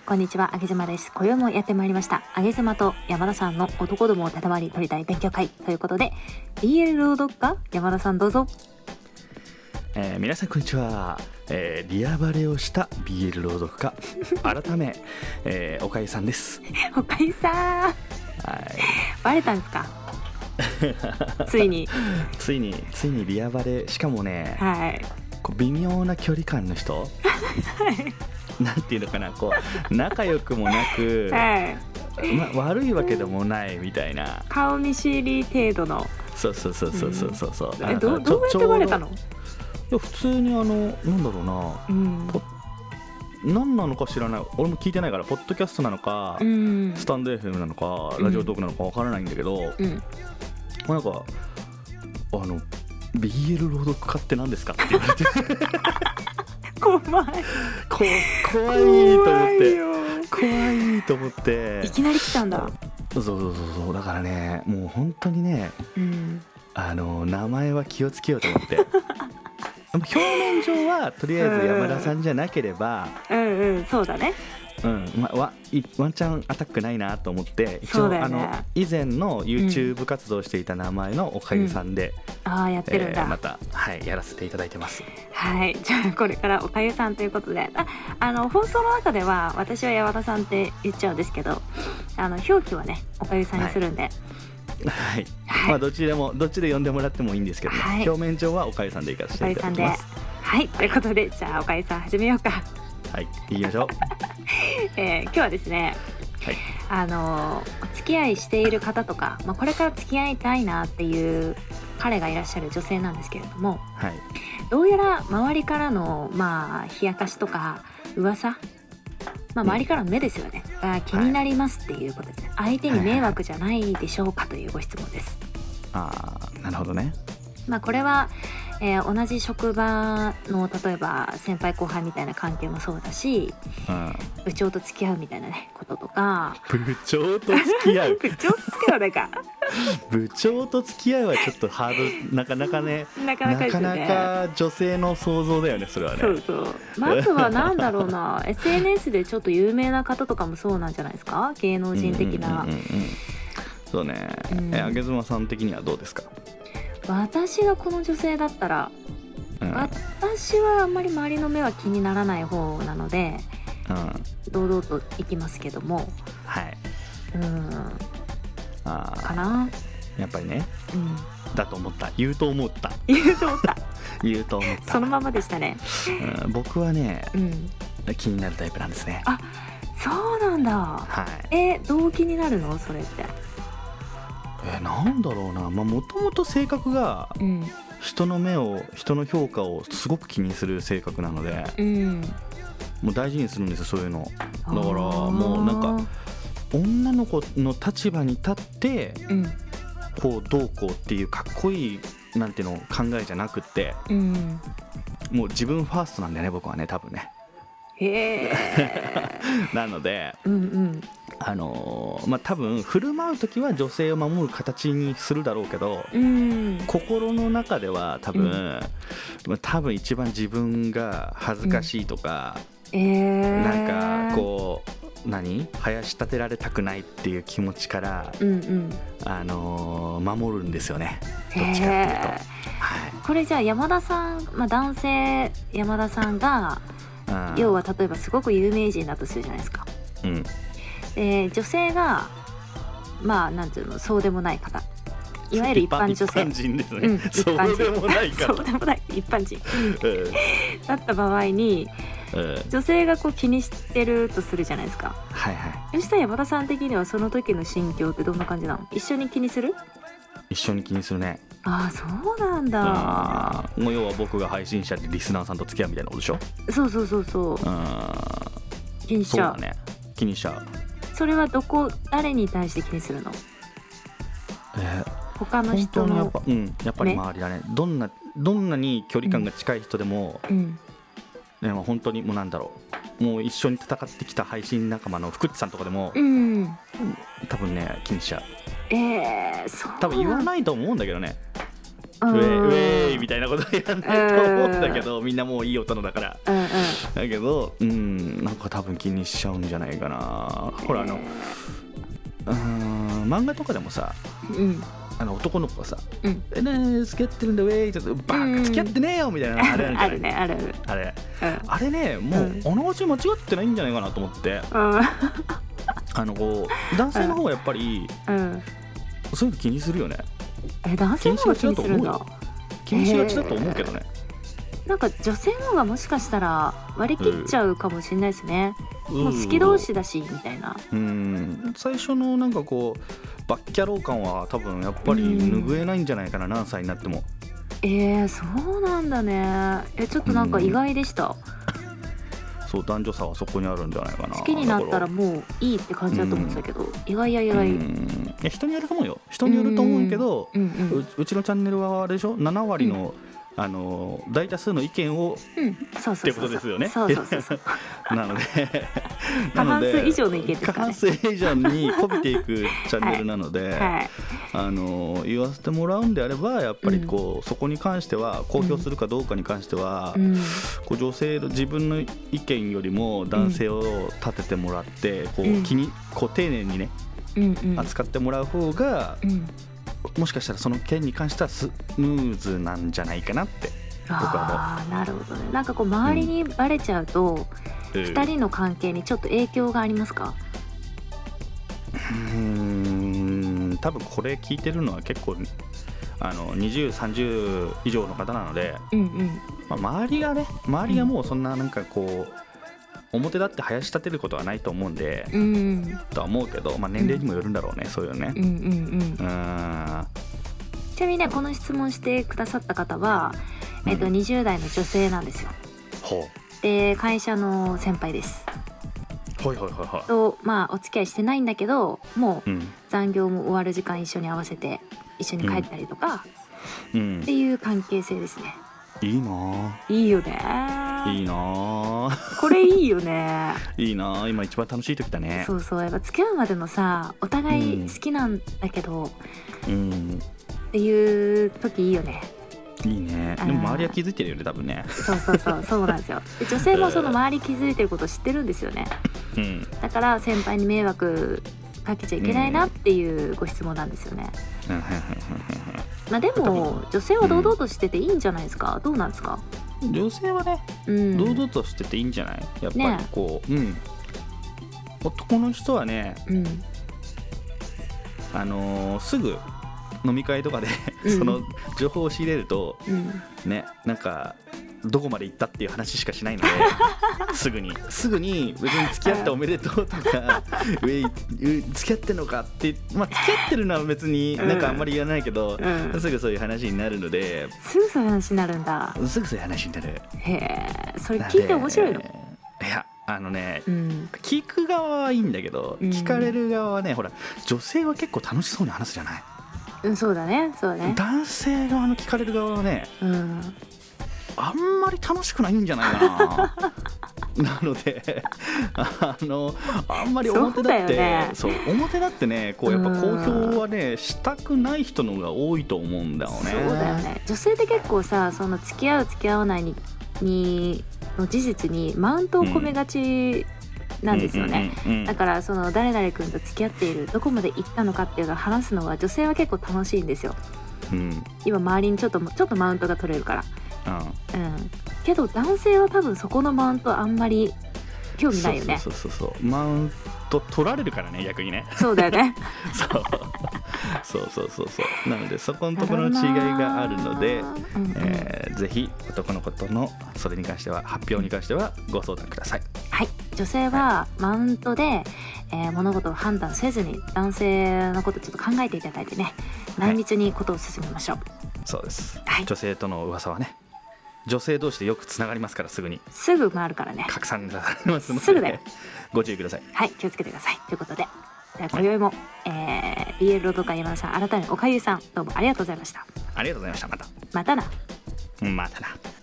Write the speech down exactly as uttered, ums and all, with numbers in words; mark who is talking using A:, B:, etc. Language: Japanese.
A: こんにちは、あげずまです。今宵もやってまいりました。あげずまと山田さんの男どもをたたまり取りたい勉強会ということで、 ビーエル 朗読家山田さんどうぞ。
B: えー、皆さんこんにちは、えー、リアバレをした ビーエル 朗読家改め、えー、おかゆさんです。
A: おかゆさん、はい、バレたんですかついに
B: ついについにリアバレ、しかもね、
A: はい、
B: こう微妙な距離感の人なんていうのかな、こう仲良くもなく、はい、ま、悪いわけでもないみたいな、
A: 顔見知り程度の。そう
B: そうそうそうそうそうそう、
A: うん、え ど, どうやってバレたの？
B: いや普通にあのなんだろうな、うん、何なのか知らない、俺も聞いてないから、ポッドキャストなのか、うん、スタンド エフエム なのか、ラジオトークなのか分からないんだけど、うん、なんかあの ビーエル 朗読家って何ですかって言われて
A: 怖い
B: こ怖いと思って怖いと思って
A: いきなり来たんだ。
B: そうそうそうそう、だからね、もう本当にね、うん、あの名前は気をつけようと思って表面上はとりあえず山田さんじゃなければ、うんうん、うん、そうだね、うんま、ワ, ワンチャンアタックないなと思って、一応、ね、あの以前の YouTube 活動していた名前のおかゆさんで、
A: うん、あやってるんだ、
B: えー、また、はい、やらせていただいてます。
A: はい、じゃあこれからおかゆさんということで、 あ, あの放送の中では私は山田さんって言っちゃうんですけど、あの表記はねおかゆさんにするんで、はい
B: はいはい、まあ、どっちでもどっちで呼んでもらってもいいんですけど、ね、はい、表面上はおかゆさんでいかせていただきます。
A: はい、ということで、じゃあおかゆさん始めようか。
B: はい、行きましょう、
A: えー、今日はですね、はい、あのお付き合いしている方とか、まあ、これから付き合いたいなっていう彼がいらっしゃる女性なんですけれども、はい、どうやら周りからの、まあ、冷やかしとか噂、まあ、周りからの目ですよね、うん、が気になりますっていうことですね、はい、相手に迷惑じゃないでしょうかというご質問です。
B: ああ、なるほどね。
A: まあ、これは、えー、同じ職場の例えば先輩後輩みたいな関係もそうだし、うん、部長と付き合うみたいな、ね、こととか。
B: 部長と付き合う
A: 部長と付き合うなんか
B: 部長と付き合いはちょっとハード、なかなかね
A: なかなかですよね、
B: なかなか女性の想像だよね、それはね。
A: そうそう、まあ、あとはなんだろうなエスエヌエス でちょっと有名な方とかもそうなんじゃないですか、芸能人的な、うんうんうんうん、
B: そうね、うん、えあげずまさん的にはどうですか？
A: 私がこの女性だったら、うん、私はあんまり周りの目は気にならない方なので、うん、堂々といきますけども、はい、うんあかな、
B: やっぱりね、うん、だと思った、言うと思った
A: 言うと思った
B: 言うと思った
A: そのままでしたね、
B: うん、僕はね、うん、気になるタイプなんですね。
A: あ、そうなんだ、はい、えどう気になるのそれって。
B: えー、なんだろうな、もともと性格が人の目を、人の評価をすごく気にする性格なので、うん、もう大事にするんですよ、そういうの。だからもうなんか女の子の立場に立って、うん、こうどうこうっていうかっこいいなんていうの考えじゃなくって、うん、もう自分ファーストなんだよね、僕はね、多分ね。へーなので、うんうん、あのーまあ、多分振る舞うときは女性を守る形にするだろうけど、うん、心の中では多分、うん、多分一番自分が恥ずかしいとか、うんえー、なんかこう何林立てられたくないっていう気持ちから、うんうんあのー、守るんですよね、どっちかっていうと、はい、
A: これじゃあ山田さん、まあ、男性山田さんが要は例えばすごく有名人だとするじゃないですか、うん、で女性がまあなんていうのそうでもない方、いわゆる一般女性、
B: 一般人ですね、うん、そうでもない方
A: そうでもない一般人だった場合に、女性がこう気にしてるとするじゃないですか、はいはい、そしたら山田さん的にはその時の心境ってどんな感じなの？一緒に気にする？
B: 一緒に気にするね。
A: ああ、そうなんだ。
B: もう要は僕が配信者でリスナーさんと付き合うみたいなことでしょ？
A: そうそうそうそう。気にしちゃう。
B: そうだね。気にしちゃう。
A: それはどこ誰に対して気にするの？えー、他の人の
B: やっぱ、うん、やっぱり周りだね。どんなどんなに距離感が近い人でも、うん、ね、まあ、本当にもうなんだろう、もう一緒に戦ってきた配信仲間の福地さんとかでも、うん、多分ね気にしちゃう。
A: えー、そう
B: 多分言わないと思うんだけどね。 ウェイウェイみたいなことやんないと思うんだけど、みんなもういい大人だから、うんうん、だけどうんなんか多分気にしちゃうんじゃないかな。ほらあのうーん漫画とかでもさ、うんあの男の子がさ、うん、えね付き合ってるんだウェイってバカ付き合ってねえよみたいなあれあるじゃない
A: あるねあるある
B: あれ、うん、あれねもうあながち間違ってないんじゃないかなと思って、うん、あのこう男性の方がやっぱり、うん、そういうの気にするよね。
A: え男性の方が気にするんだ。
B: 気にしがちだと思うけどね。
A: なんか女性の方がもしかしたら割り切っちゃうかもしれないですね、うん、もう好き同士だしみたいな。
B: うん最初のなんかこうバッキャロー感は多分やっぱり拭えないんじゃないかな、うん、何歳になっても。
A: えー、そうなんだね。えちょっとなんか意外でした、うん、
B: そう男女差はそこにあるんじゃないかな。
A: 好きになったらもういいって感じだと思ってたけど、うん、意外や意外。
B: うんいや人によると思うよ人によると思うけど、うんうんうん、う, うちのチャンネルはあれでしょなな割の、うんあの大多数の意見を、うん、そうそうそうそうってことですよね。
A: そうそうそうそう
B: なので
A: 過半数以上の意見ですかね。
B: 過半数以上にこびていくチャンネルなので、はいはい、あの言わせてもらうんであればやっぱりこう、うん、そこに関しては公表するかどうかに関しては、うん、こう女性の自分の意見よりも男性を立ててもらって、うん、こう気にこう丁寧にね、うんうん、扱ってもらう方が、うんもしかしたらその件に関してはスムーズなんじゃないかなって僕は
A: 思う。あなるほどね。なんかこう周りにバレちゃうと、うん、ふたりの関係にちょっと影響がありますか？
B: うーん多分これ聞いてるのは結構あのにじゅう、さんじゅう以上の方なので、うんうんまあ、周りがね周りがもうそんななんかこう、うん表立って生やし立てることはないと思うんで、うん、とは思うけど、まあ、年齢にもよるんだろうね、うん、そういうね、うんうんうん、
A: ちなみにねこの質問してくださった方は、うんえっと、にじゅう代の女性なんですよ、ほうで会社の先輩です。
B: はいはいはいはい
A: と、まあ、お付き合いしてないんだけどもう、うん、残業も終わる時間一緒に合わせて一緒に帰ったりとか、うん、っていう関係性ですね。
B: いいない
A: いよね
B: いいな
A: これいいよね
B: いいな今一番楽しい時だね。
A: そうそうやっぱ付き合うまでのさお互い好きなんだけど、うん、っていう時いいよね。
B: いいね。でも周りは気づいてるよね多分ね。
A: そうそうそうそうなんですよ。で女性もその周り気づいてること知ってるんですよね、うん、だから先輩に迷惑かけちゃいけないなっていうご質問なんですよね、うんまあ、でも女性は堂々としてていいんじゃないですか、うん、どうなんですか？
B: 女性はね、うん、堂々としてていいんじゃないやっぱりこう、ねうん、男の人はね、うん、あのー、すぐ飲み会とかで、うん、その情報を仕入れると、うん、ねなんかどこまで行ったっていう話しかしないのですぐにすぐに別に付き合っておめでとうとかウェイ付き合ってんのかって、まあ、付き合ってるのは別になんかあんまり言わないけど、うん、すぐそういう話になるので。
A: すぐそういう話になるんだ。
B: すぐそういう話になる。
A: へえそれ聞いて面白いの？い
B: やあのね、うん、聞く側はいいんだけど、うん、聞かれる側はねほら女性は結構楽しそうに話すじゃない、
A: うん、そうだねそうだね。
B: 男性側の聞かれる側はね、うんあんまり楽しくないんじゃないかななのであのあんまり表だって そう、ね、そう表だってねこうやっぱ公表はねしたくない人の方が多いと思うんだよね。
A: そうだよね。女性って結構さその付き合う付き合わないににの事実にマウントを込めがちなんですよね、うんうんうんうん、だからその誰々君と付き合っているどこまで行ったのかっていうのを話すのは女性は結構楽しいんですよ、うん、今周りにちょっとちょっとマウントが取れるからうんうん、けど男性は多分そこのマウントあんまり興味ないよね。
B: そうそうそうそうマウント取られるからね逆にね。
A: そうだよね
B: そうそうそうそうそうなのでそこのところの違いがあるので、うんうんえー、ぜひ男の子とのそれに関しては発表に関してはご相談ください。
A: はい女性はマウントで、えー、物事を判断せずに男性のことちょっと考えていただいてね内密にことを進めましょう、はい、
B: そうです、はい、女性との噂はね女性同士でよくつながりますからすぐに
A: すぐ回るからね
B: 拡散されますのです
A: ぐだよ
B: ご注意ください。
A: はい気をつけてくださいということでじゃあ今宵も、はいえー、ビーエル ロードカー山田さん改めおかゆさんどうもありがとうございました。
B: ありがとうございました。また
A: またな
B: またな